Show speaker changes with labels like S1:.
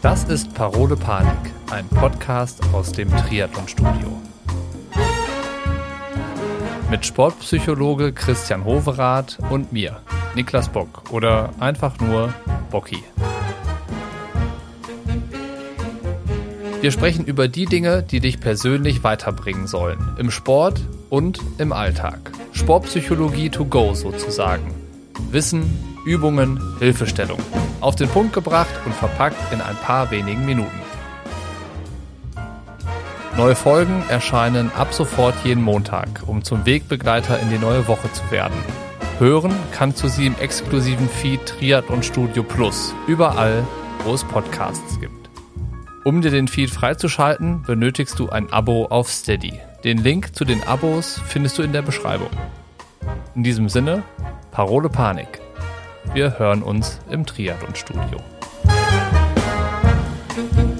S1: Das ist Parole Panik, ein Podcast aus dem Triathlon-Studio. Mit Sportpsychologe Christian Hoverath und mir, Niklas Bock oder einfach nur Bocki. Wir sprechen über die Dinge, die dich persönlich weiterbringen sollen, im Sport und im Alltag. Sportpsychologie to go sozusagen. Wissen, Übungen, Hilfestellung. Auf den Punkt gebracht und verpackt in ein paar wenigen Minuten. Neue Folgen erscheinen ab sofort jeden Montag, um zum Wegbegleiter in die neue Woche zu werden. Hören kannst du sie im exklusiven Feed Triathlon Studio Plus, überall, wo es Podcasts gibt. Um dir den Feed freizuschalten, benötigst du ein Abo auf Steady. Den Link zu den Abos findest du in der Beschreibung. In diesem Sinne, Parole Panik. Wir hören uns im Triathlon Studio.